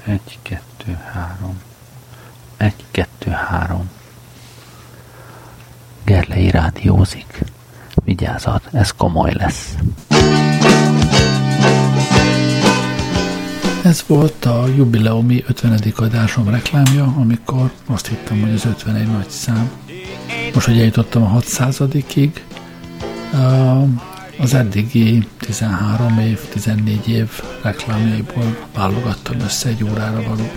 1, 2, 3. 1, 2, 3. Gerlei rádiózik. Vigyázat, ez komoly lesz. Ez volt a jubileumi 50. adásom reklámja, amikor azt hittem, hogy az 51 nagy szám. Most, hogy eljutottam a 600-ig, az eddigi 13 év, 14 év reklámjaiból válogattam össze egy órára való.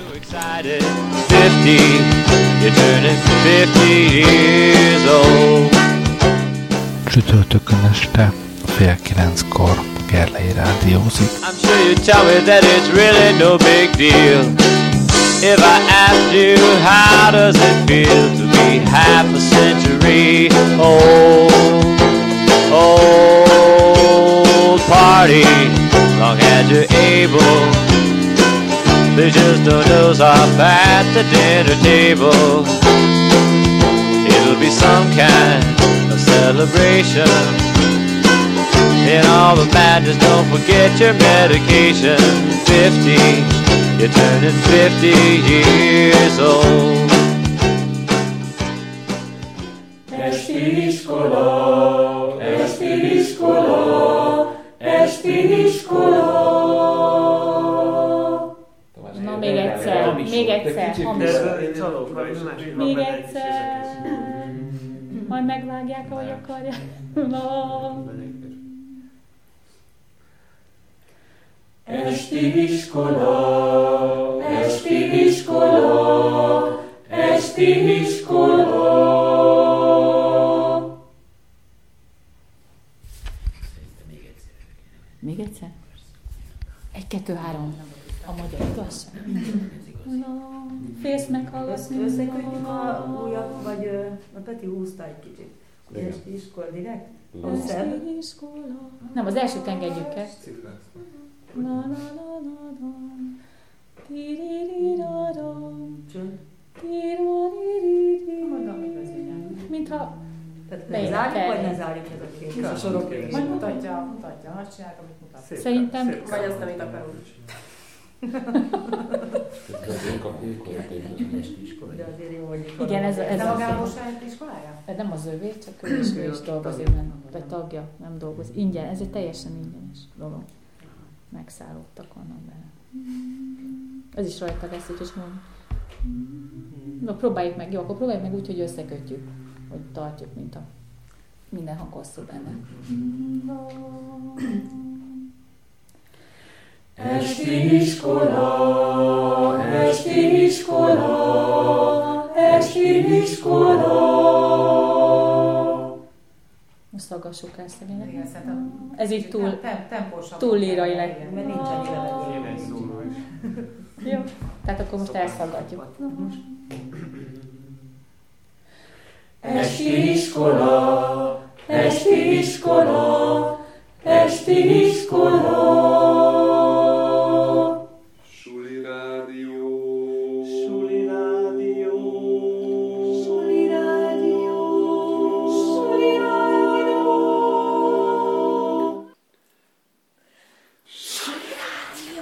Csütörtökön este fél 9-kor Gerlei rádiózik. I'm sure you tell me that it's really no big deal. If I asked you how does it feel to be half a century old, old party, long as you're able. They just don't nose off at the dinner table. It'll be some kind of celebration. In all the madness, don't forget your medication. 50, you're turning 50 years old. Esti iskola, esti iskola, esti iskola. Na, még egyszer, még egyszer, hamis. Még egyszer. Majd megvágják, ahogy akarják. Esti iskola, esti iskola, esti iskola. Még egyszer? 1, 2, 3. A magyar igaz? Félsz meghallgatni. Összekötjük a újabb, vagy a Peti húzta egy kicsit. Esti iskola direkt? Esti iskola. Nem, az elsőt engedjük el. La la la la la. Ti-ri-ri-ra-ram. Ti-ra-ri-ri-ri. Mintha tehát zárjuk, vagy ne zárjuk ez a két? A sorok végig. Majd mutatja, azt csinálják, amit mutat. Szerintem... Vagy azt, amit akarunk. De azért jó, hogy... Igen, ez a magános iskolája? Nem az övé, csak ő is dolgozik, vagy tagja, nem dolgozik. Ingyen, ez egy teljesen ingyenes dolog. Megszállottak onnan bele. Ez is rajta lesz, úgyhogy mondom. No, próbáljuk meg, jó, akkor próbáljuk meg úgy, hogy összekötjük, hogy tartjuk, mint a minden hang hosszú benne. Esti iskola, esti iskola, esti iskola. Most szaggassuk el szegények. Igen, szerintem ez így tempósabb. Túl lírai lett. Mert nincs annyira meg. Jó, tehát akkor most elszaggatjuk. Esti iskola, esti iskola, esti iskola. Suli rádió, Suli rádió, Suli rádió, Suli rádió, Suli rádió.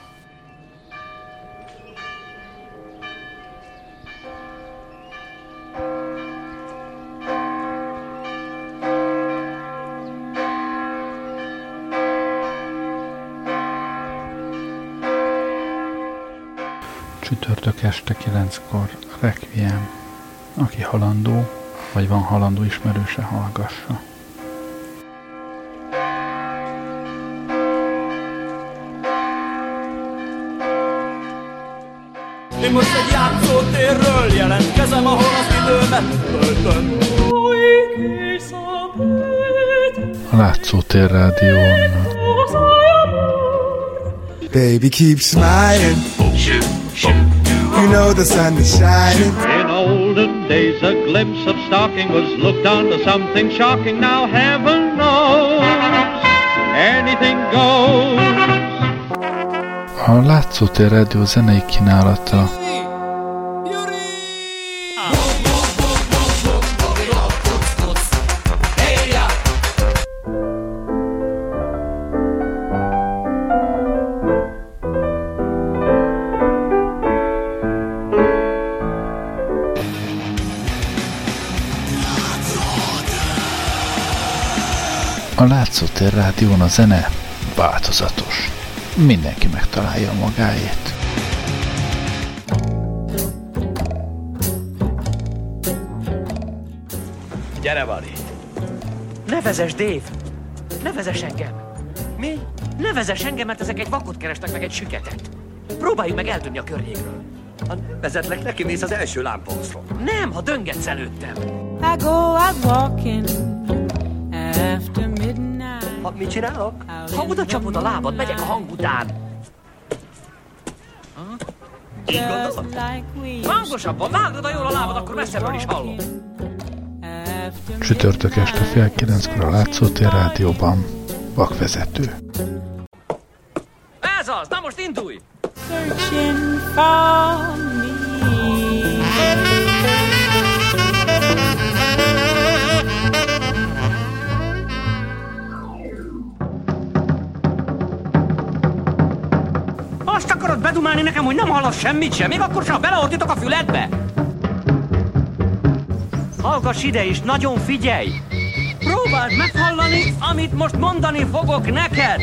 Csütörtök este 9-kor Requiem. Aki halandó, vagy van halandó ismerőse, hallgassa. Én most egy játszótérről jelentkezem, ahol az időmet töltöm. A Látszótér rádión. Baby, keep smiling. You know the sun is shining. In olden days a glimpse of stalking was looked on to something shocking. Now heaven knows anything goes. A Látszótér rádió zenei kínálata A Látszótér Rádión a zene változatos. Mindenki megtalálja magáét. Gyere, Vali! Ne vezess, Dave! Ne vezess engem! Mi? Ne vezess engem, mert ezek egy vakot kerestek meg, egy süketet. Próbáljuk meg eltűnni a környékről. Ha nem vezetlek, neki mész az első lámpaoszlop. Nem, ha döngetsz előttem. I go out walking after midnight. Ha mit csinálok? Ha oda csapod a lábad, megyek a hang után. Így gondolod? Hangosabban, vágod a jól a lábad, akkor messzebből is hallom. Csütörtök este fél 9-kor a Látszótér Rádióban. Vakvezető. Ez az! Na most indulj! Searching for me. Azt akarod bedumálni nekem, hogy nem hallasz semmit sem, még akkor sem beleoltítok a füledbe? Hallgass ide is, nagyon figyelj! Próbáld meghallani, amit most mondani fogok neked!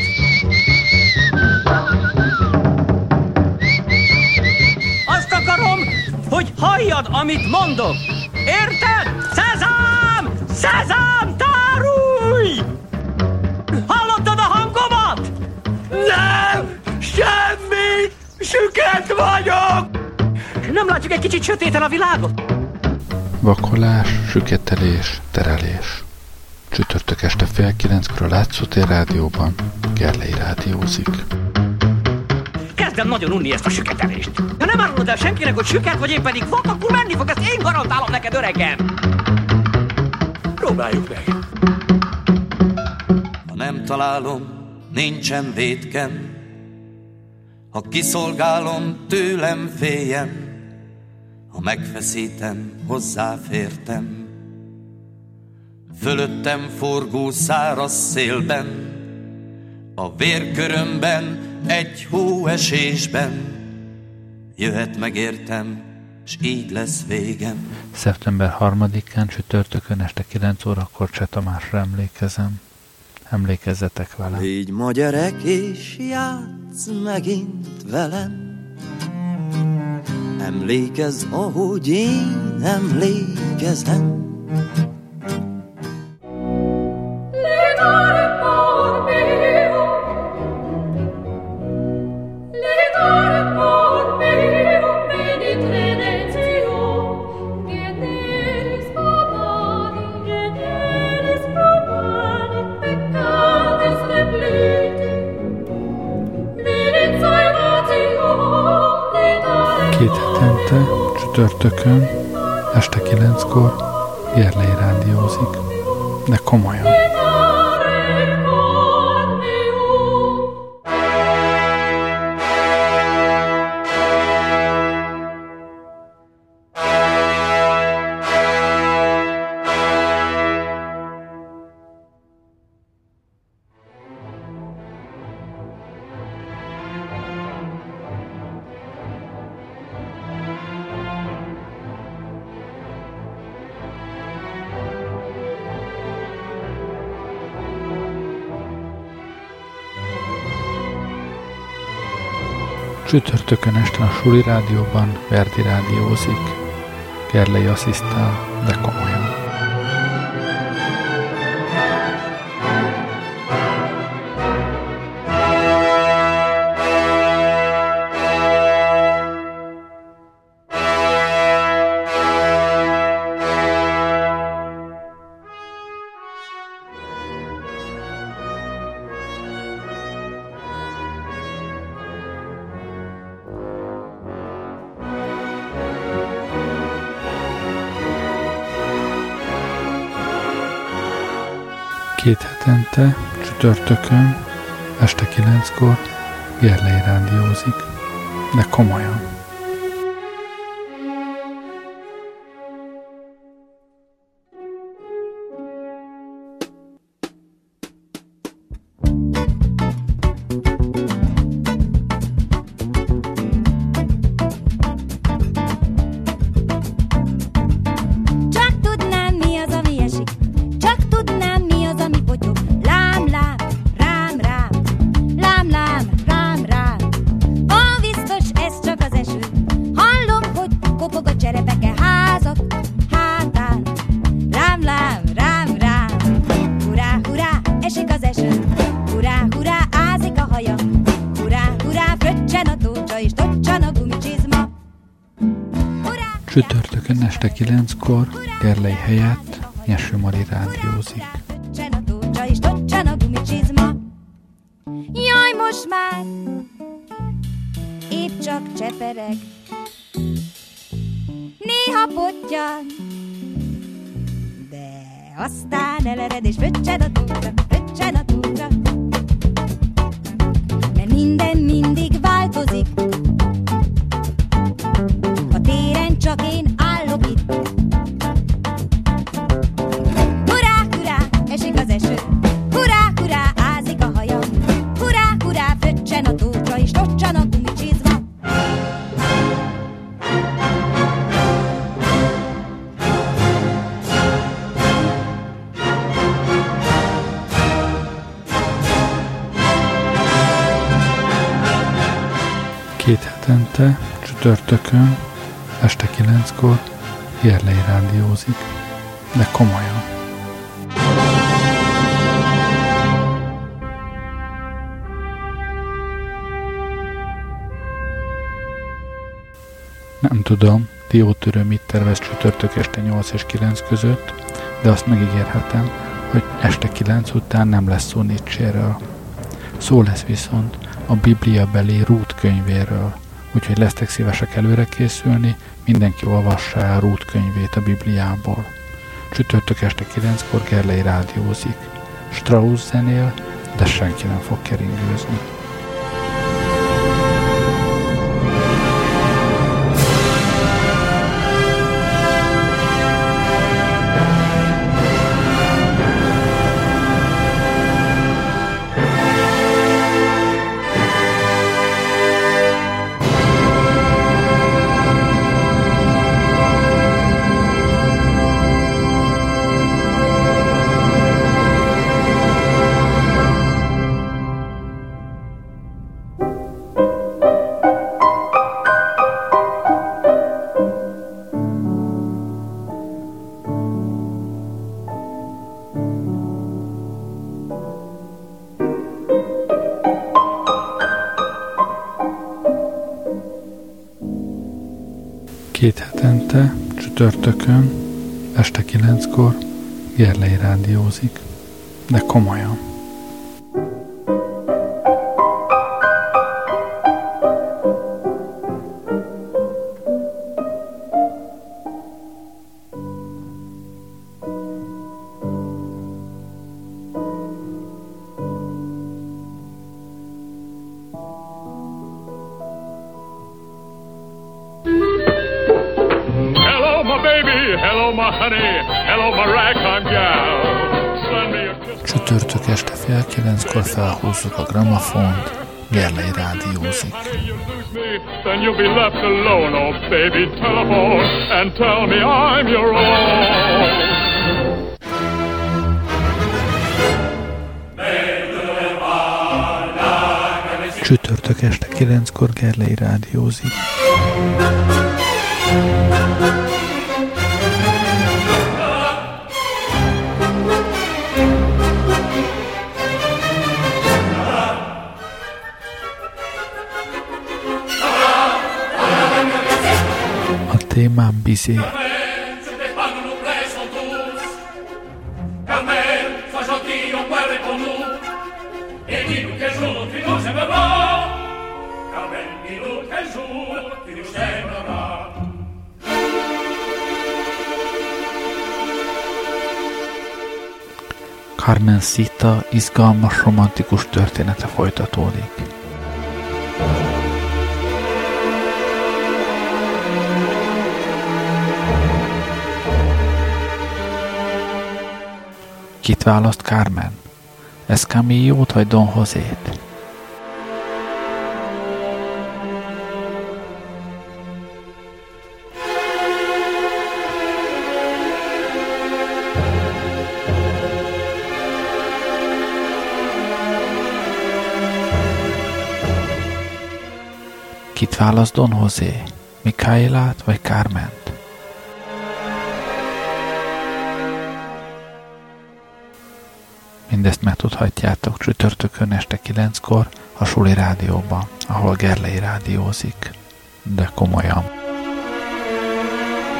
Azt akarom, hogy halljad, amit mondok! Érted? Szezám! Szezám, tárulj! Hallottad a hangomat? Nem! Semmi! Süket vagyok! Nem látjuk egy kicsit sötéten a világot? Vakolás, süketelés, terelés. Csütörtök este fél 9-kor a Látszótér Rádióban. Gerlei rádiózik. Kezdem nagyon unni ezt a süketelést. Ha nem árulod el senkinek, hogy süket vagy én pedig vak, akkor menni fog, ezt én garantálom neked, öregem! Próbáljuk meg! Ha nem találom, nincsen vétkem. Ha kiszolgálom, tőlem féljen. Ha megfeszítem, hozzáfértem. Fölöttem forgó száraz szélben, a vérkörömben, egy hóesésben. Jöhet megértem, s így lesz végem. Szeptember 3-án csütörtökön este 9 órakor Cseh Tamásra emlékezem. Emlékezzetek velem. Légy ma gyerek és játsz megint velem. Emlékezz, ahogy én emlékezem. Két hetente, csütörtökön, este 9-kor Gerlei rádiózik. De komolyan. Csütörtökön este a Suli Rádióban Verdi rádiózik. Gerlei asszisztál, de komolyan. Két hetente, csütörtökön, este 9-kor Gerlei rádiózik. De komolyan. Csak tudnám, mi az, ami esik. Csak tudnám, mi az, ami potyog. Lám Csütörtökön este 9-kor Gerlei helyett Nyeső Mari rádiózik. Jaj, most már épp csak csepereg, néha pottyan, de aztán elered és fröccsen a tóra, fröccsen a tóra. Mert minden mindig változik, a téren csak én állok itt. Hurrá, hurrá, esik az eső, hurrá, hurrá, ázik a hajam, hurrá, hurrá, fröccsen a tóra és locsan a gumicsizma. Két hetente, csütörtökön, este 9-kor Gerlei rádiózik, de komolyan. Nem tudom, Diótörő mit tervez csütörtök este 8 és 9 között, de azt megígérhetem, hogy este 9 után nem lesz szó Nietzséről. Szó lesz viszont a Biblia beli Rút könyvéről, úgyhogy lesztek szívesek előre készülni, mindenki olvassa el Rút könyvét a Bibliából. Csütörtök este 9-kor Gerlei rádiózik. Strauss zenél, de senki nem fog keringőzni. Két hetente, csütörtökön, este 9-kor Gerlei rádiózik, de komolyan. Csütörtök este fél 9-kor felhúzzuk a gramafont, Gerlei rádiózik. Then you'll be left alone, oh baby, telephone and tell me I'm your own. Csütörtök este 9-kor Gerlei rádiózik. A témám bizé. Carmencita izgalmas romantikus története folytatódik. Kit választ Carmen? Escamillót vagy Don Josét? Kit választ Don José? Micaelát vagy Carment? Mindezt megtudhatjátok csütörtökön este 9-kor a Suli Rádióban, ahol Gerlei rádiózik. De komolyan.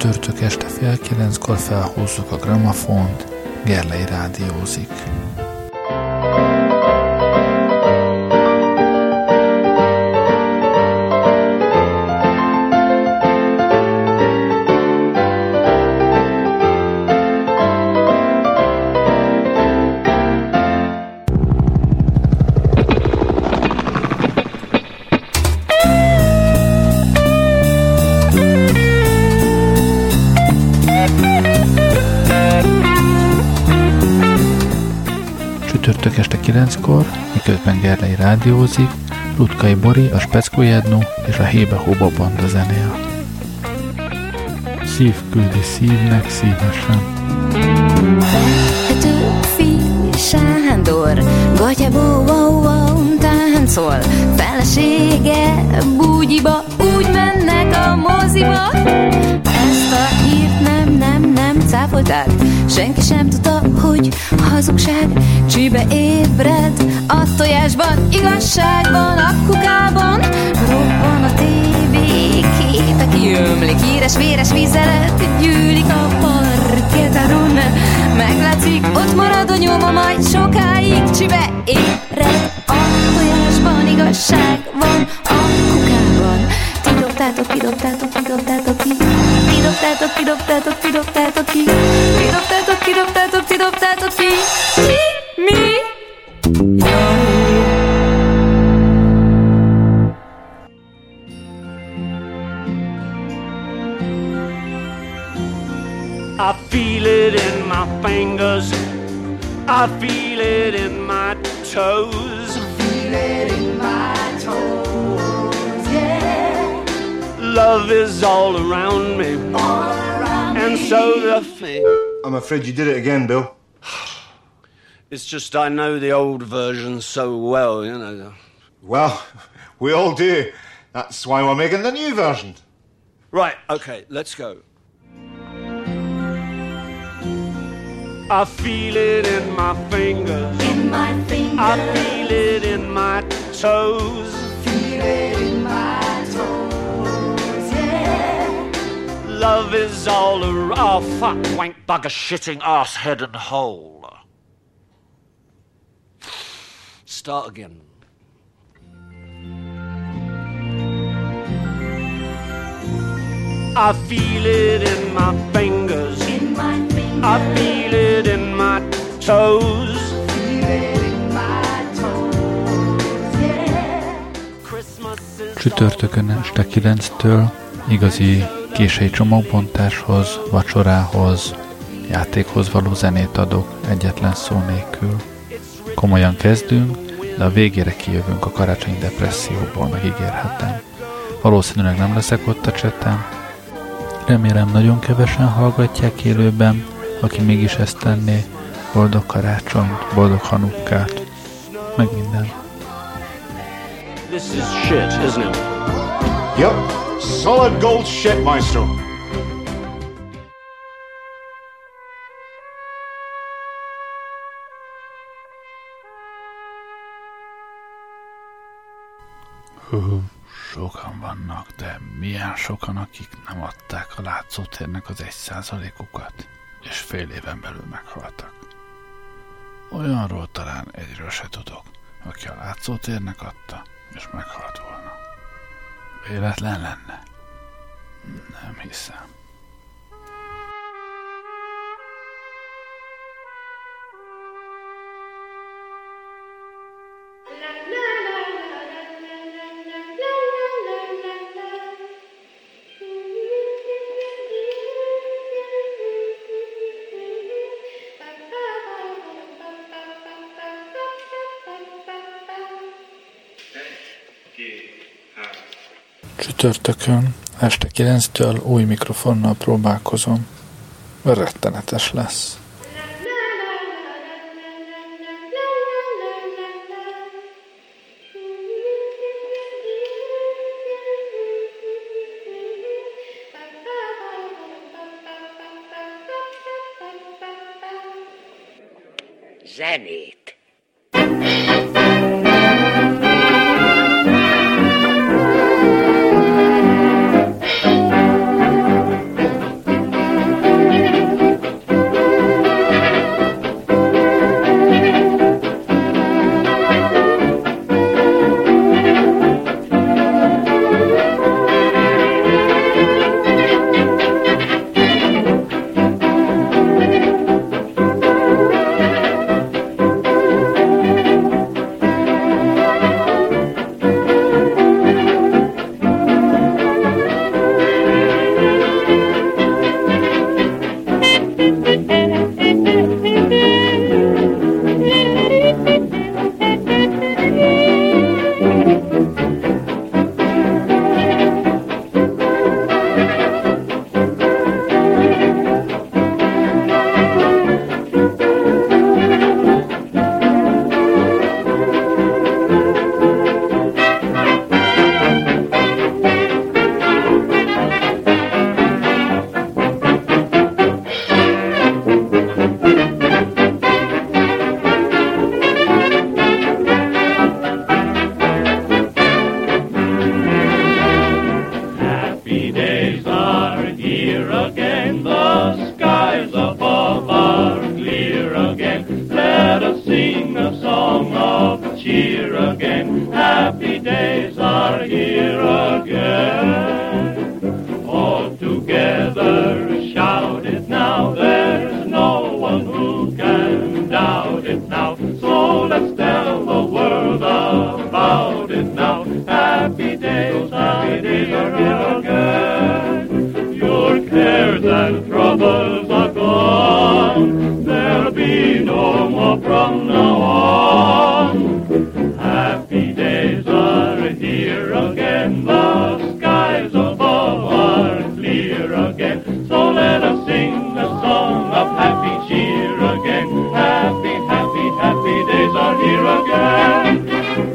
Csütörtök este 8:30 felhúzzuk a gramafont, Gerlei rádiózik. Csütörtök este 9-kor, miközben Gerlei rádiózik, Rutkai Bori, a Speckó Jednu és a Hébe Hóba banda zenél. Szív küldi szívnek szívesen. Petőfi Sándor, gatyabó, wow, táncol, felesége búgyiba, úgy mennek a moziba. Ezt a hírt nem cáfolták, senki sem tudta, hogy hazugság. Csíbe ébred, a tojásban igazság van, a kukában robban a tévé képe kiömlik, híres véres vizelet gyűlik a parketáron. Meglátszik, ott marad a nyoma, majd sokáig Csíbe ébred, a tojásban igazság van, a kukában. Tidobtátok, kidobtátok, kidobtátok ki, tidobtátok, kidobtátok, kidobtátok ki, tidobtátok, kidobtátok, tidobtátok ki. Mi? I feel it in my fingers, I feel it in my toes, I feel it in my toes, yeah. Love is all around me, and so the thing. I'm afraid you did it again, Bill. It's just I know the old version so well, you know. Well, we all do. That's why we're making the new version. Right, okay, let's go. I feel it in my fingers, I feel it in my toes, feel it in my toes, yeah. Love is all around. Oh, fuck, wank, bugger, shitting, ass, head and hole. Start again. I feel it in my fingers, I feel it in my toes, feel it in my toes, yeah. Csütörtökön este 9-től igazi késői csomagbontáshoz, vacsorához, játékhoz való zenét adok egyetlen szó nélkül. Komolyan kezdünk, de a végére kijövünk a karácsonyi depresszióból, megígérhetem. Valószínűleg nem leszek ott a cseten. Remélem nagyon kevesen hallgatják élőben, aki mégis ezt tenné. Boldog karácsonyt, boldog hanukkát, meg minden. This is shit, isn't it? Yep, solid gold shit, maestro. Sokan vannak, de milyen sokan, akik nem adták a látszótérnek az 1%-ukat, és fél éven belül meghaltak. Olyanról talán egyről se tudok, aki a látszótérnek adta, és meghalt volna. Véletlen lenne? Nem hiszem. Csütörtökön este 9-től új mikrofonnal próbálkozom. Rettenetes lesz. Zenét. from now on. Happy days are here again, the skies above are clear again. So let us sing a song of happy cheer again. Happy, happy, happy days are here again.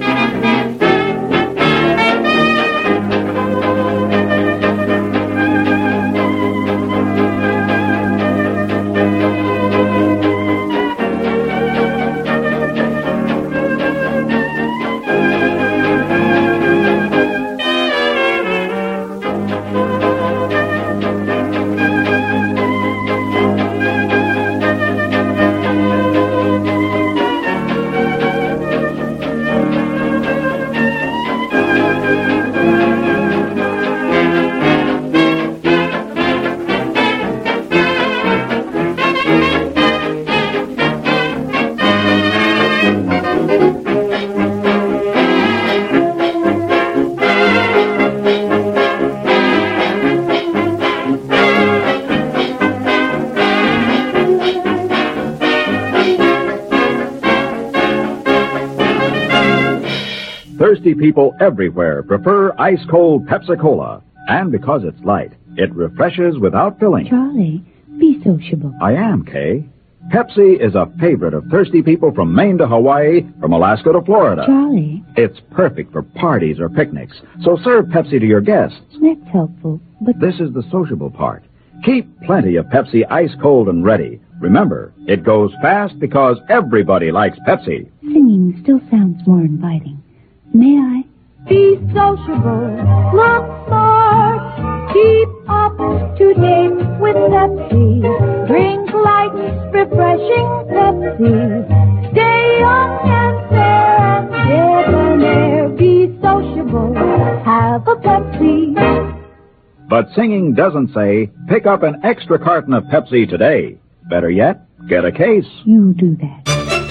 Thirsty people everywhere prefer ice-cold Pepsi-Cola. And because it's light, it refreshes without filling. Charlie, be sociable. I am, Kay. Pepsi is a favorite of thirsty people from Maine to Hawaii, from Alaska to Florida. Charlie. It's perfect for parties or picnics, so serve Pepsi to your guests. That's helpful, but... This is the sociable part. Keep plenty of Pepsi ice-cold and ready. Remember, it goes fast because everybody likes Pepsi. Singing still sounds more inviting. May I? Be sociable, look smart, keep up to date with Pepsi. Drink light, refreshing Pepsi. Stay young and fair and debonair. Be sociable, have a Pepsi. But singing doesn't say, pick up an extra carton of Pepsi today. Better yet, get a case. You do that.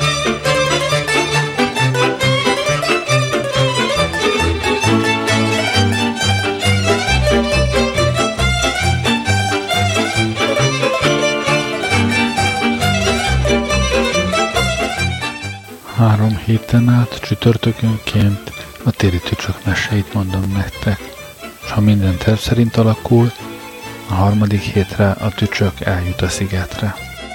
Három héten át csütörtökönként a téli tücsök meseit mondom nektek, és ha minden terv szerint alakul, a harmadik hétre a tücsök eljut a szigetre.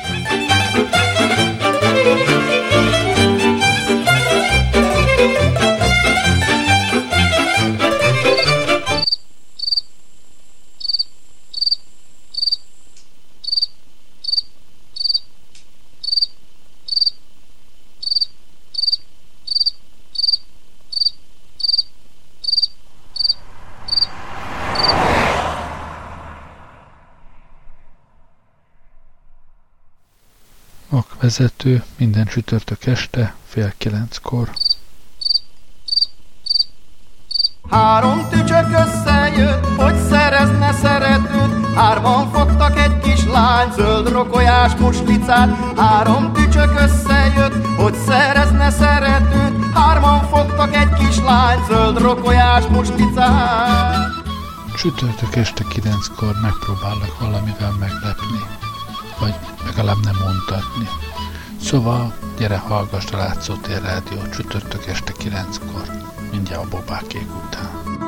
Vezető minden csütörtök este 8:30-kor. Három tücsök összejött, hogy szerezne szeretőt. Hárman fogtak egy kis lány, zöld rokolyás muslicát. Három tücsök összejött, hogy szerezne szeretőt. Hárman fogtak egy kis lány, zöld rokolyás muslicát. Csütörtök este 9-kor megpróbálok valamivel meglepni, vagy legalább nem mondhatni. Szóval gyere, hallgassd a Látszótér Rádiót csütörtök este 9-kor, mindjárt a Bobákék után.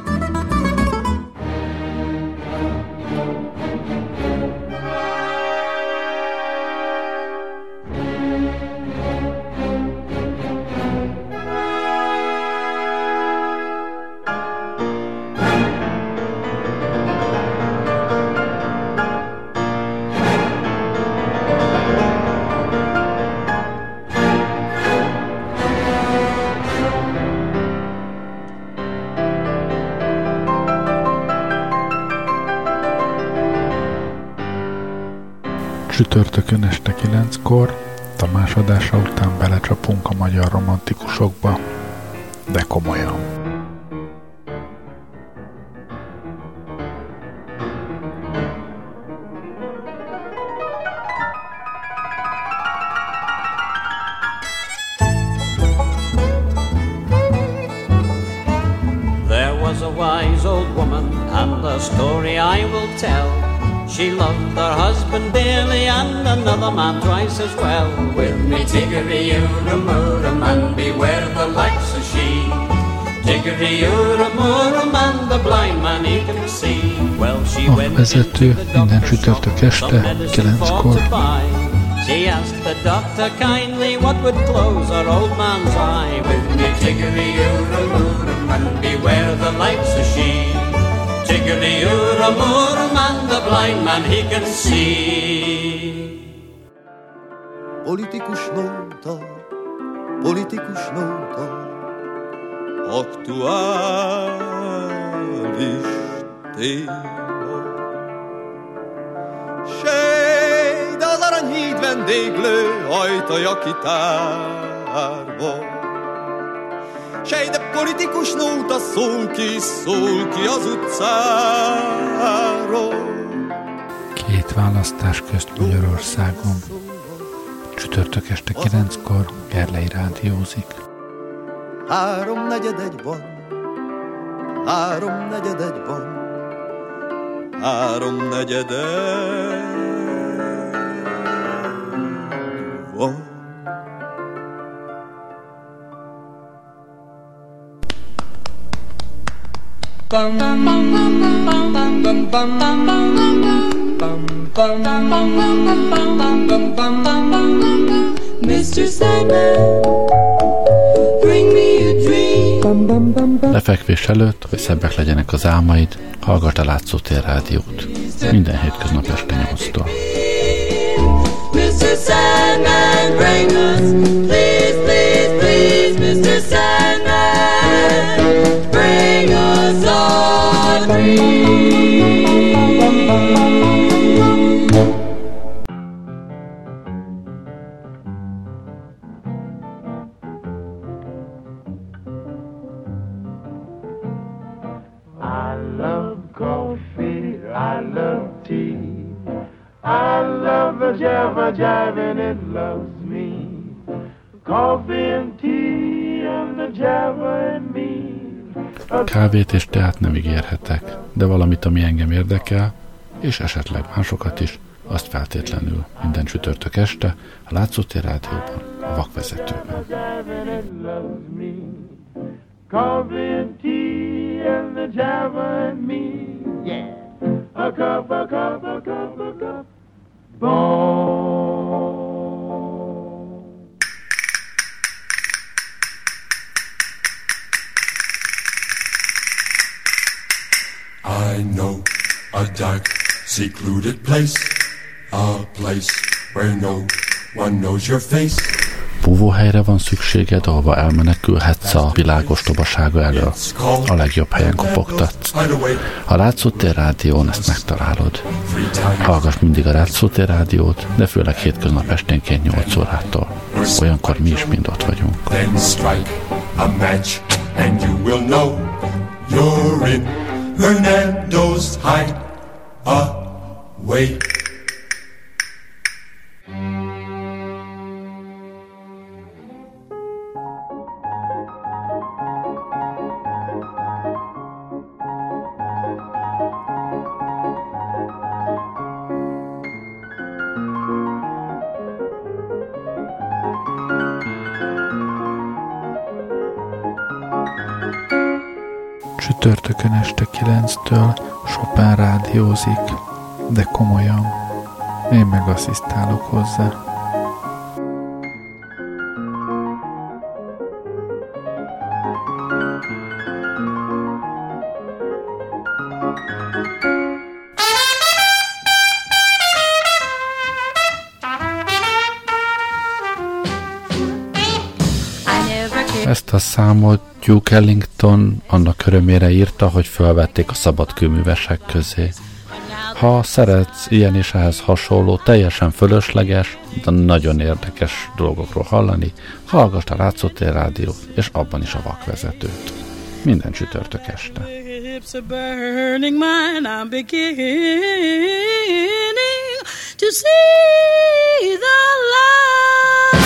Csütörtökön este 9-kor, Tamás adása után belecsapunk a magyar romantikusokba, de komolyan. There was a wise old woman, and the story I will tell. She loved her husband dearly and another man twice as well. With me tiggery-ura-mura man, beware the likes of she. Tiggery-ura-mura man, the blind man he can see. Well, she went vezető minden csütörtök este 9-kor. She asked the doctor kindly what would close her old man's eye. With me tiggery-ura-mura man, beware the likes of she. Tiggery-ura-mura man, the blind man he can see. Politikus nóta, politikus nóta, aktuális téma. Sejd az aranyhíd vendéglő ajtaja kitárva. Sej, de politikus nóta szól ki az utcáról. Két választás közt Magyarországon. Csütörtök este 9-kor Gerlei rádiózik. 3:41 van, 3:41 van, 3:41 van. Bum bum bum bum bum bum bum bum bum bum. Mr. Sandman, bring me a dream. Lefekvés előtt, hogy szebbek legyenek az álmaid, hallgass a Látszótér rádiót. Minden hétköznap este 8-tól. Mr. Sandman, bring us, please, please, please, Mr. Sandman, bring us our dreams. I love coffee, I love tea, I love the jabba jive and it loves me. Coffee and tea and the jabba and me. Kávét és teát nem ígérhetek, de valamit, ami engem érdekel, és esetleg másokat is, azt feltétlenül minden csütörtök este a Látszótér rádióban, a Vakvezetőben. Coffee and tea and the java and me, yeah. A cup, a cup, a cup, a cup. Boom. I know a dark, secluded place, a place where no one knows your face. Búvóhelyre van szükséged, ahova elmenekülhetsz a világ ostobasága elől. A legjobb helyen kopogtatsz. A Látszótér rádión ezt megtalálod. Hallgass mindig a Látszótér rádiót, de főleg hétköznap esténként 8 órától. Olyankor mi is mind ott vagyunk. Then strike a match and you will know you're in Hernando's Hideaway. Csütörtökön este 9-től Chopin rádiózik, de komolyan. Én meg asszisztálok hozzá. Ezt a számot Duke Ellington annak örömére írta, hogy felvették a szabadkőművesek közé. Ha szeretsz ilyen és ehhez hasonló, teljesen fölösleges, de nagyon érdekes dolgokról hallani, hallgass a Látszótér rádiót, és abban is a Vakvezetőt. Minden csütörtök este. To see the light.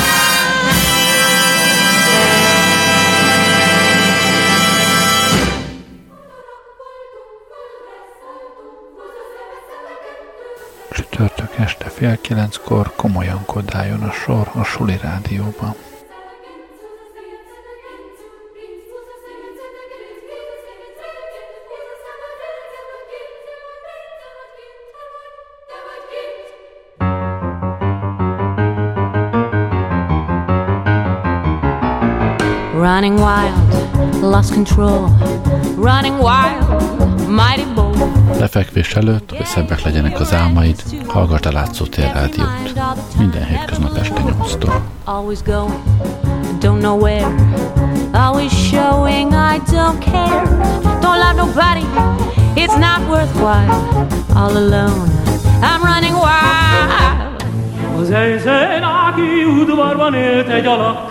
8:30 komolyan kodáljon a sor a Suli Rádióban. Running wild, lost control. Running wild, mighty bold. Lefekvés előtt, hogy szebbek legyenek az álmaid, hallgass a Látszótér Rádiót. Minden hétköznap este 8-tól. Always going, don't know where. Always showing I don't care. Don't love nobody, it's not worthwhile. All alone, I'm running wild. Az Eisenaki udvarban élt egy alak,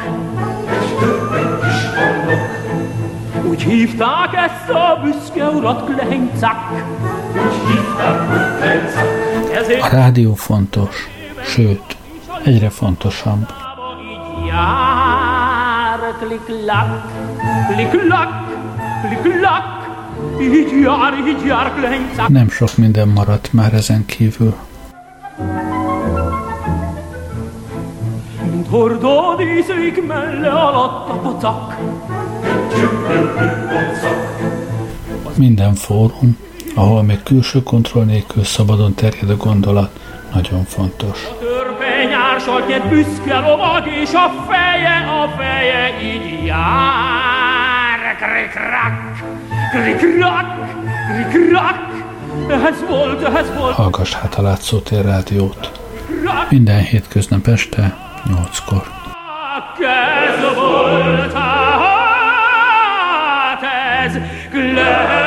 úgy hívták ezt a büszke urat Kleinzák. A rádió fontos, sőt, egyre fontosabb. Jár, klik-lak, klik-lak, klik-lak, így jár, Kleinzák. Nem sok minden maradt már ezen kívül. Mint hordód ízik melle alatt a pocak. Minden fórum, ahol még külső kontroll nélkül szabadon terjed a gondolat, nagyon fontos. A törpényársalt egy büszke lovag, és a feje így jár. Krik-rak, krik-rak, krik-rak. Ez volt. Hallgass hát a Látszótér Rádiót. Minden hétköznap este 8-kor. Ez volt, ez Kleinzák.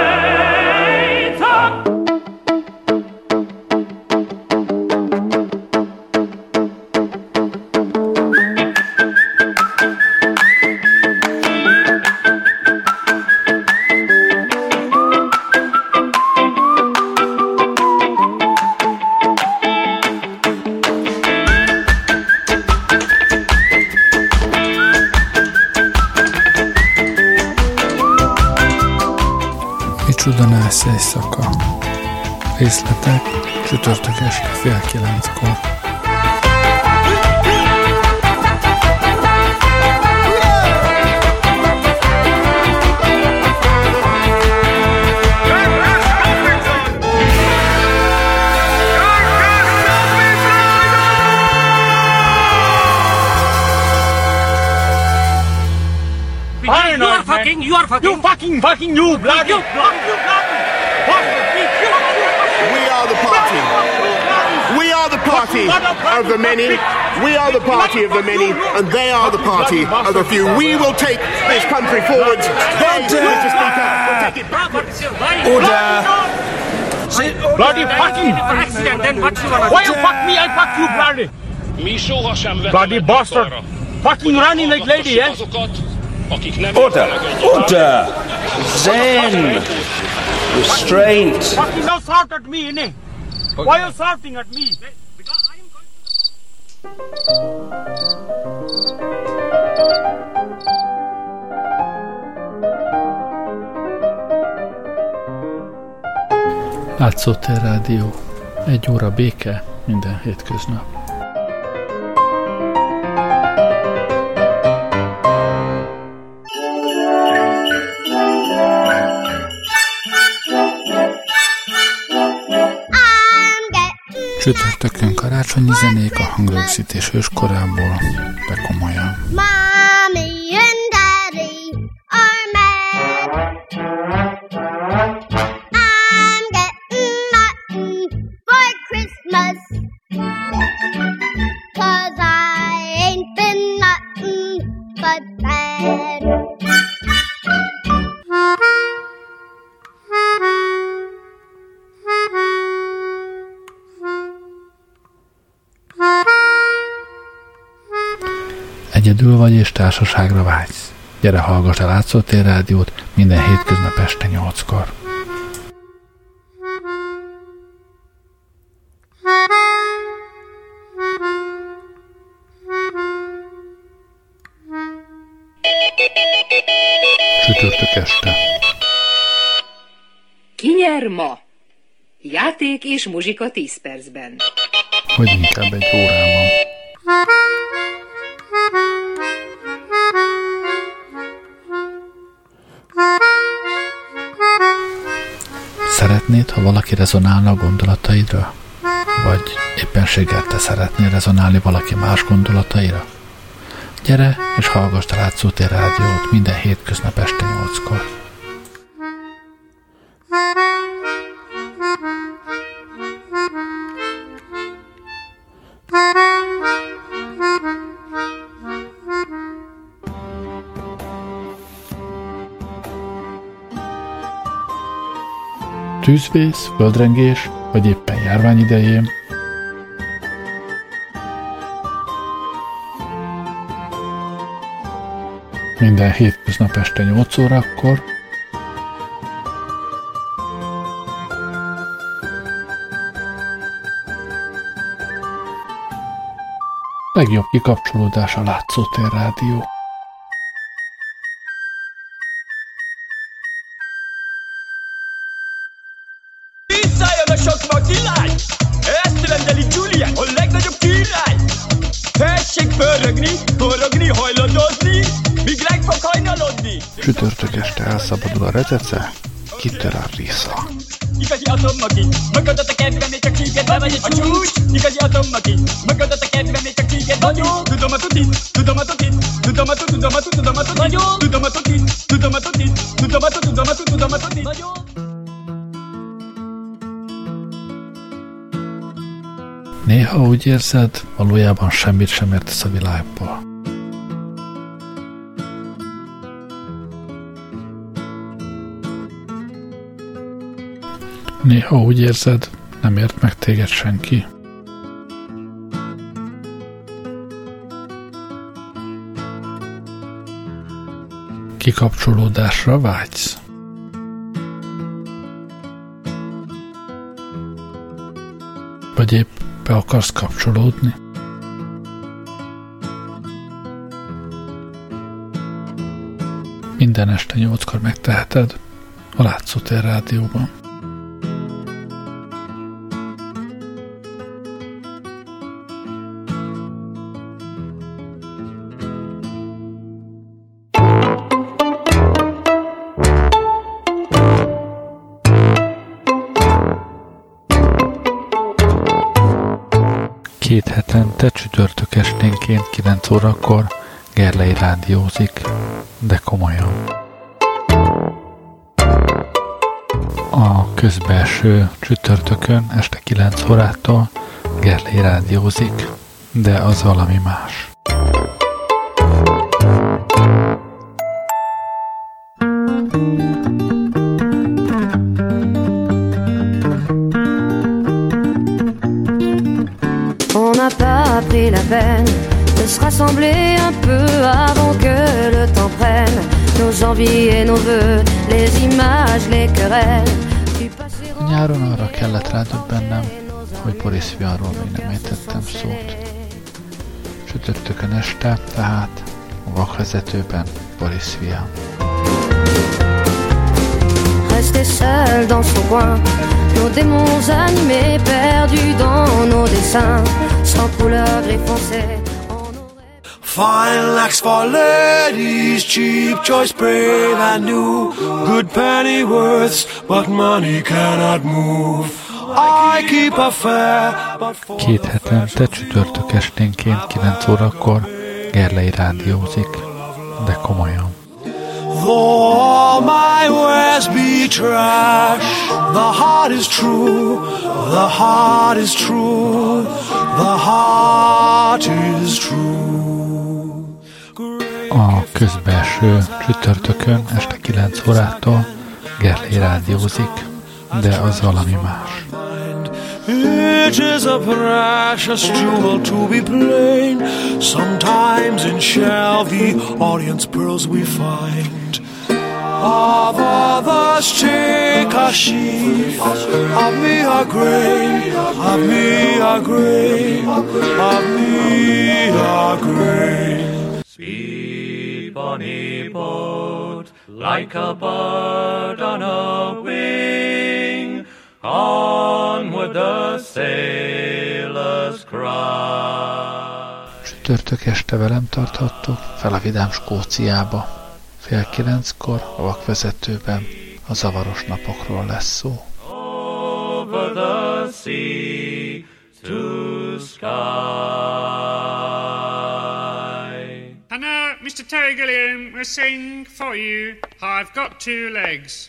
Micsoda nász éjszaka. Részletek csütörtök este 8:30. You are fucking, you bloody. We are the party. We are the party of the many. We are the party of the many, and they are the party of the few. We will take this country forward. They, Mr. Speaker, will take it backwards. Order. Bloody fucking. Why you fuck me? I fuck you, bloody. Bloody bastard. Fucking running like lady, eh? Order! Order! Zen! Restraint! Fucking don't shout at me, innit? Why are you shouting at me? Látszótér Rádió. 1 óra béke minden hétköznap. Csütörtökön karácsonyi zenék a hangrögzítés őskorából, de komolyan. Mommy and Daddy are mad. I'm getting mutton for Christmas, 'cause I ain't been nothing but bad. Egyedül vagy és társaságra vágysz. Gyere, hallgass a Látszótér Rádiót minden hétköznap este 8-kor. Csütörtök este. Ki nyer ma? Játék és muzsika 10 percben. vagy inkább egy órában. Szeretnéd, ha valaki rezonálna a gondolataidra? Vagy éppenséggel te szeretnél rezonálni valaki más gondolataira? Gyere és hallgass a Látszótér Rádiót minden hétköznap este 8-kor. Tűzvész, földrengés, vagy éppen járvány idején minden hétköznap este 8 órakor legjobb kikapcsolódás a Látszótér Rádió. Visszajön a sok makilány! Ezt rendeli Julian, a legnagyobb király! Tessék pörögni, forogni, hajladozni, míg ránk fog hajnalodni! Csütörtök este elszabadul a rezece, kitör a risza. Igazi atommaki, magadat a kedvem, még csak csíked, nem vagy egy csúcs! Igazi atommaki, magadat a kedvem, még csak csíked, nagyon! Tudom a tutit, tudom a tutit, tudom a tutit, tudom a tutit, tudom a tutit, nagyon! Tudom a tutit, tudom a tutit, tudom a tutit, tudom a tutit, tudom a tutit, nagyon! Néha úgy érzed, valójában semmit sem értesz a világból. Néha úgy érzed, nem ért meg téged senki. Kikapcsolódásra vágysz. Vagy épp be akarsz kapcsolódni? Minden este 8-kor megteheted a Látszótér Rádióban. Két hetente csütörtök esténként 9 órakor Gerlei rádiózik, de komolyan. A közbelső csütörtökön este 9 órától Gerlei rádiózik, de az valami más. Pris la peine de se rassembler un peu avant que le temps prenne nos envies et nos vœux, les images, les querelles. Nyáron arra kellett rádöbbennem, hogy Boris Vianról még nem ejtettem szót. Csütörtökön este, tehát a vakvezetőben Boris Vian. Rester seul dans son coin, nos démons animés, perdus dans nos dessins, sans couleur gris foncé. Fine lax for ladies, cheap choice, brave and new. Good pennyworths, but money cannot move. I keep a fair, but for két hetente csütörtök esténként 9 órakor Gerlei rádiózik, de komolyan. Though all my wares be trash, the heart is true, the heart is true, the heart is true. A közbelső csütörtökön este 9 órától Gerlei rádiózik, de az valami más. It is a precious jewel to be plain. Sometimes in shell the audience pearls we find. Of others take a sheaf, of me a grain, of me a grain, of me a grain. Sweet bonny boat, like a bird on a wing, onward the sailors Csütörtök este velem tarthattok fel a vidám Skóciába. 8:30 a vakvezetőben a zavaros napokról lesz szó. Over the sea to sky. And now, Mr. Terry Gilliam will sing for you, I've Got Two Legs.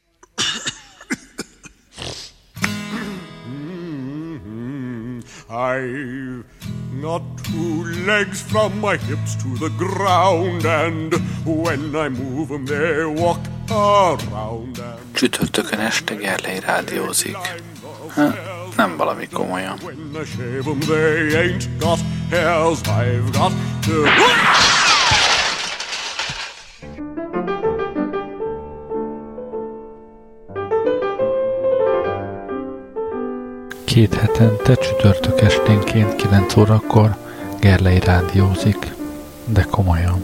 I've got two legs from my hips to the ground, and when I move them they walk around. Csütörtökön este Gerlei rádiózik. Nem valami komolyan. When I shave them they ain't got hairs, I've got to... Két hetente csütörtök esténként 9 órakor Gerlei rádiózik, de komolyan.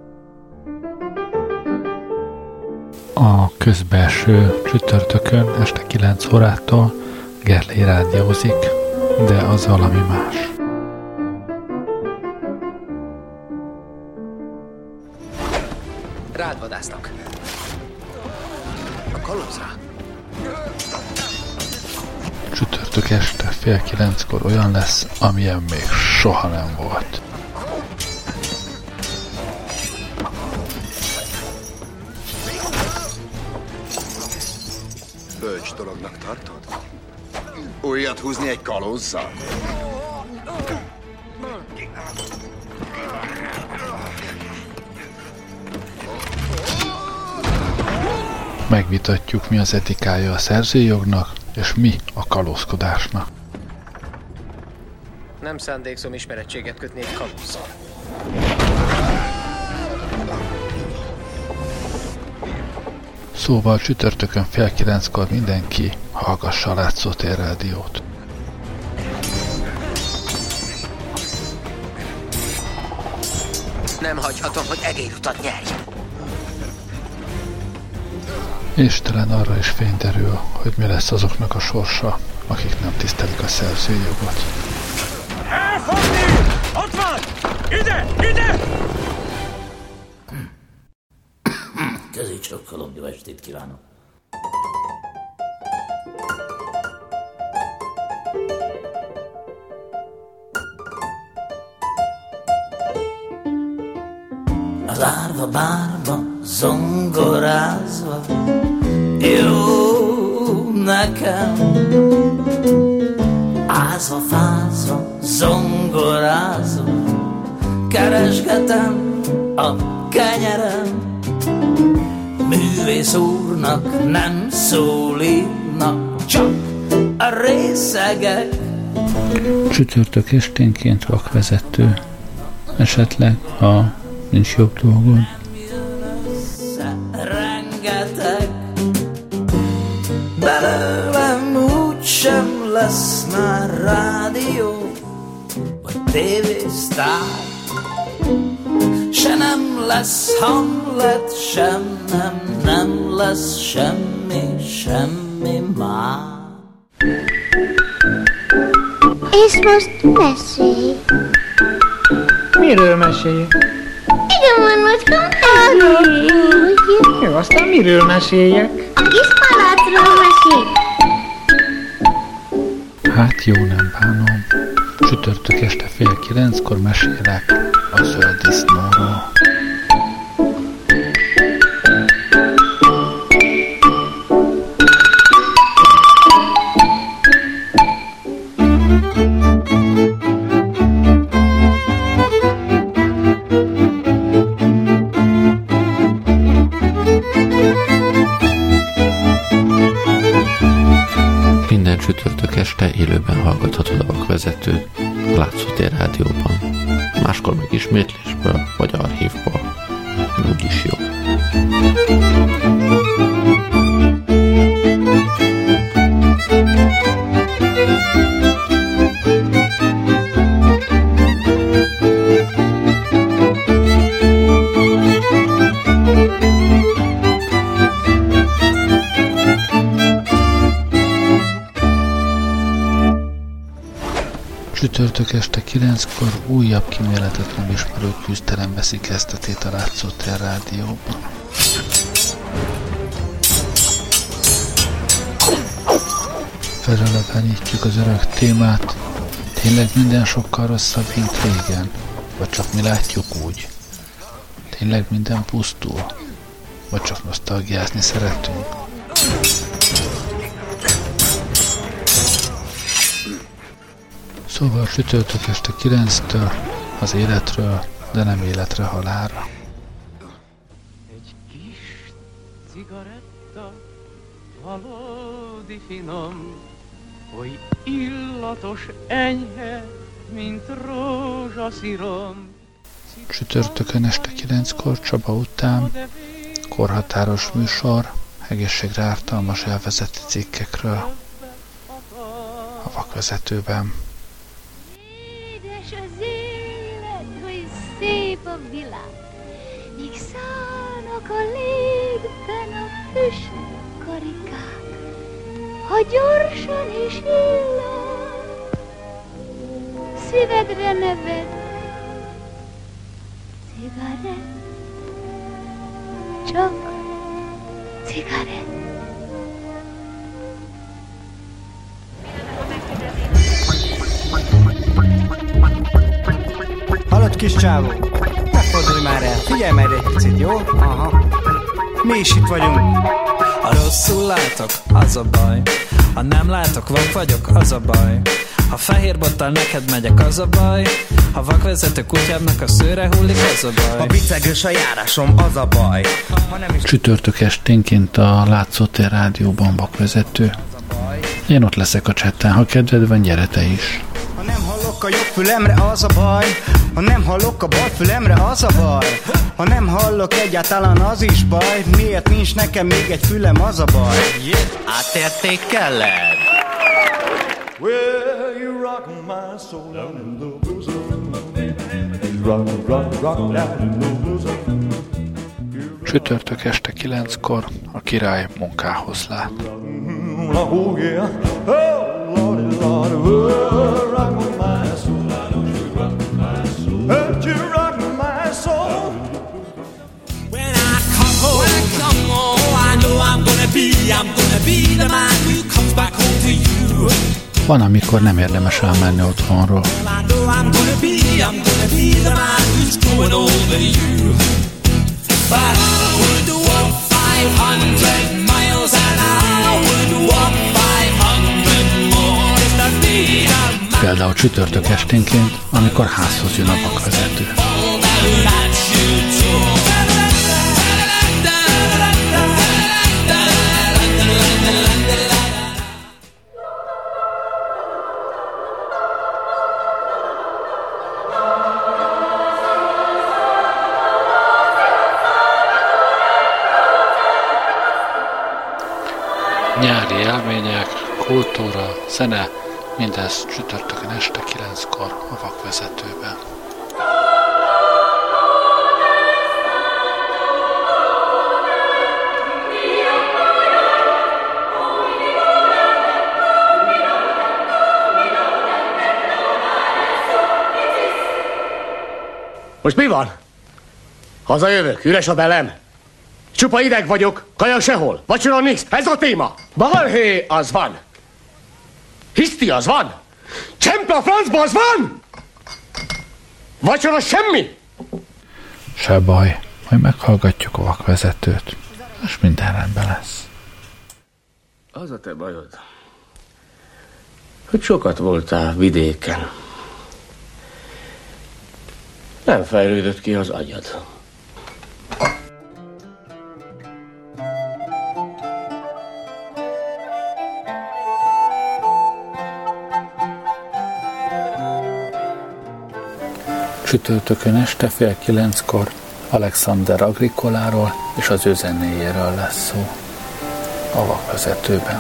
A közbelső csütörtökön este 9 órától Gerlei rádiózik, de az valami más. Rád vadásznak. A kalózra. Csütörtök este 8:30 olyan lesz, amilyen még soha nem volt. Bölcs dolognak tartod? Újat húzni egy kalózzal? Megvitatjuk, mi az etikája a szerzői jognak, és mi a kalózkodásnak. Nem szándékszom ismerettséget kötni egy kalózzal. Szóval csütörtökön 8:30 mindenki hallgassa a Látszótér rádiót. Nem hagyhatom, hogy egérutat nyerjen. És talán arra is fény derül, hogy mi lesz azoknak a sorsa, akik nem tisztelik a szerzői jogot. Elfogni! Ott van! Ide! Ide! Kezécsokkalom, jó estét kívánok! Az árva bárba zongorázva jó nekem, ázva fázva zongorázva keresgetem a kenyerem. Művész úrnak nem szólítnak csak a részegek. Csütörtök esténként vakvezető. Esetleg, ha nincs jobb dolgod. Rengeteg belőlem úgysem lesz már rádió vagy tévésztár. Se nem lesz Hamlet, sem nem lesz semmi már. És most mesélj. Miről mesélj? Igen, van macskám, hallgass. Jó, aztán miről meséljek? A kis palacról mesélj. Hát jó, nem bánom. Csütörtök este 8:30 mesélek a zöld disznóról. Minden csütörtök este élőben hallgathatod a Vakvezetőt a Látszótér rádióban. Máskor meg ismétlésből vagy archívból. Úgyis jó. Csütörtök este 9-kor újabb kíméletet nem ismerő küzdelem veszi kezdetét a Látszótér rádióban. Felelevenítjük az örök témát. Tényleg minden sokkal rosszabb, mint régen? Vagy csak mi látjuk úgy? Tényleg minden pusztul? Vagy csak nosztalgiázni szeretünk? Szóval csütörtök este 9-től az életről, de nem életre halálra. Egy kis cigaretta, valódi finom, oly illatos enyhe, mint rózsaszírom. Csütörtökön este 9-kor Csaba után korhatáros műsor, egészségre ártalmas elvezeti cikkekről a vakvezetőben. Édes az élet, hogy szép a világ, míg szállnak a légben a füst karikák, ha gyorsan és illan, szívedre neved, cigarett, csak cigarett. Hallod, kis csávó? Ne fordulj már el, figyelj már egy picit, jó? Aha. Mi is itt vagyunk. Ha rosszul látok, az a baj. Ha nem látok, vak vagyok, az a baj. Ha fehér bottal neked megyek, az a baj. Ha vakvezető kutyámnak a szőre hullik, az a baj. Ha bicegős a járásom, az a baj. Ha nem is... Csütörtök esténként a Látszótér rádióban vakvezető. Én ott leszek a csetten, ha kedved van, gyere te is. Ha nem hallok a jobb fülemre, az a baj. Ha nem hallok a bal fülemre, az a baj. Ha nem hallok egyáltalán, az is baj. Miért nincs nekem még egy fülem, az a baj. Átértékeled. Well, you rock my soul down in the blues. Rock, rock, rock down in the blues. Csütörtök este 9-kor a király munkához lát. Oh yeah, oh Lordy, Lordy, oh, rock my soul, rock my soul, oh, you rock my soul. When I come home, I know I'm gonna be the man who comes back home to you. Van, amikor nem érdemes elmenni otthonról. I know I'm gonna be the man who's growing older you. But I would walk 500 miles and I would walk 500 more just to be the man. Például csütörtök esténként, amikor házhoz jön a vakvezető. Nyári élmények, kultúra, zene, mindez csütörtökön este 9-kor a vakvezetőben. Most mi van? Hazajövök, üres a belem. Csupa ideg vagyok, kaja sehol, vacsora nincs, ez a téma. Balhé az van. Hiszti az van. Csempe a francba az van. Vacsora semmi. Se baj, majd meghallgatjuk a vakvezetőt, és minden rendben lesz. Az a te bajod, hogy sokat voltál vidéken. Nem fejlődött ki az agyad. Csütörtökön este fél 9-kor Alexander Agrikoláról és az ő zenéjéről lesz szó a vakvezetőben.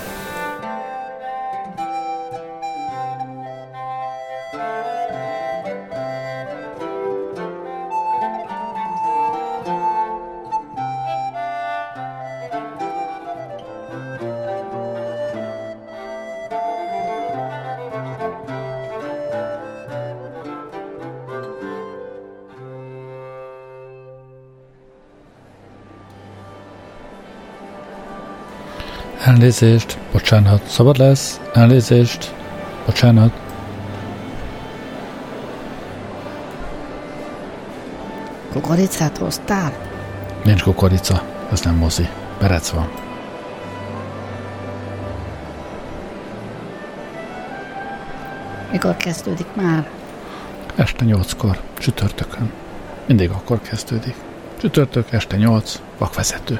Elnézést, bocsánat, szabad lesz? Elnézést, bocsánat. Kukoricát hoztál? Nincs kukorica, ez nem mozi. Berec van. Mikor kezdődik már? Este 8-kor, csütörtökön. Mindig akkor kezdődik. Csütörtök, este 8, vakvezető.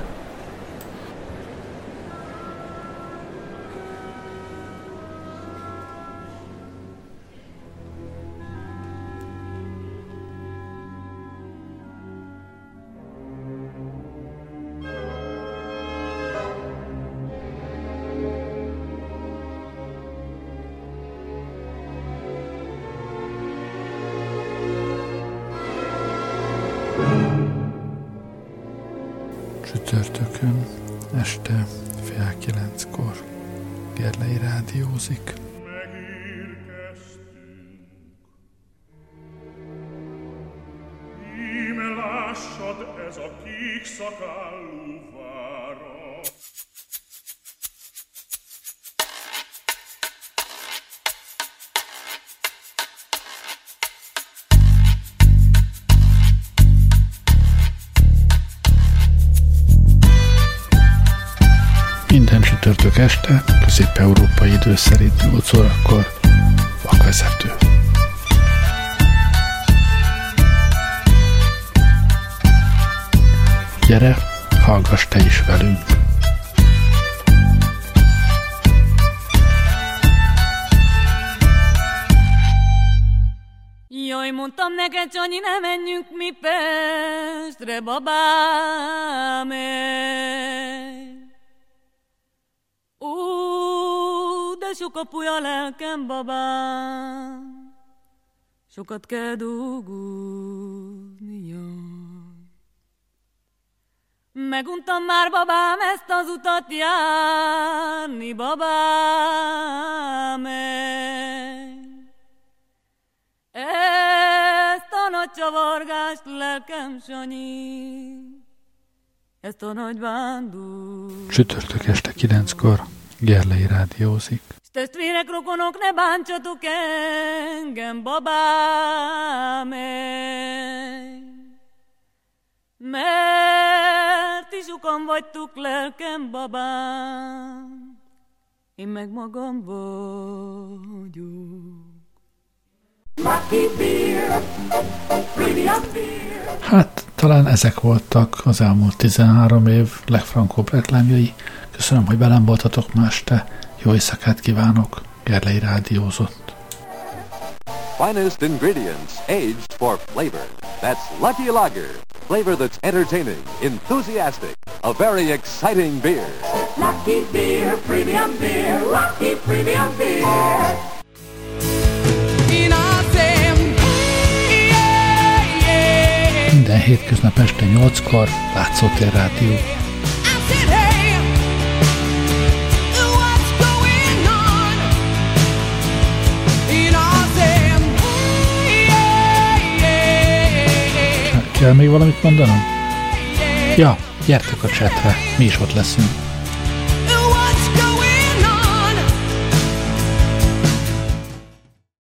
Csütörtökön este 8:30 Gerlei rádiózik. Íme lássad, ez a kék szakállú város. Minden csütörtök este, közép-európai idő szerint 8 órakor vakvezető. Gyere, hallgass te is velünk! Jaj, mondtam neked, Csanyi, ne menjünk mi Pestre, babám. De sok a puja lelkem, babám, sokat kell dolgozni, jaj. Meguntam már, babám, ezt az utat járni, babám. Ezt a nagy csavargást, lelkem, Sanyi, ezt a nagy vándor. Csütörtök este 9-kor Gerlei rádiózik. S testvérek, rokonok, ne bántsatok engem, babám, mert ti sokan vagytok, lelkem, babám, én meg magam vagyok. Hát, talán ezek voltak az elmúlt 13 év legfrankóbb reklámjai. Köszönöm, hogy velem voltatok ma este. Jó éjszakát kívánok. Gerlei rádiózott. Finest ingredients aged for flavor. That's Lucky Lager. Flavor that's entertaining, enthusiastic, a very exciting beer. Lucky Beer, premium beer, Lucky premium beer. Minden hétköznap este 8-kor Látszótér Rádió. Kell még valamit mondanom? Ja, gyertek a chatre, mi is ott leszünk.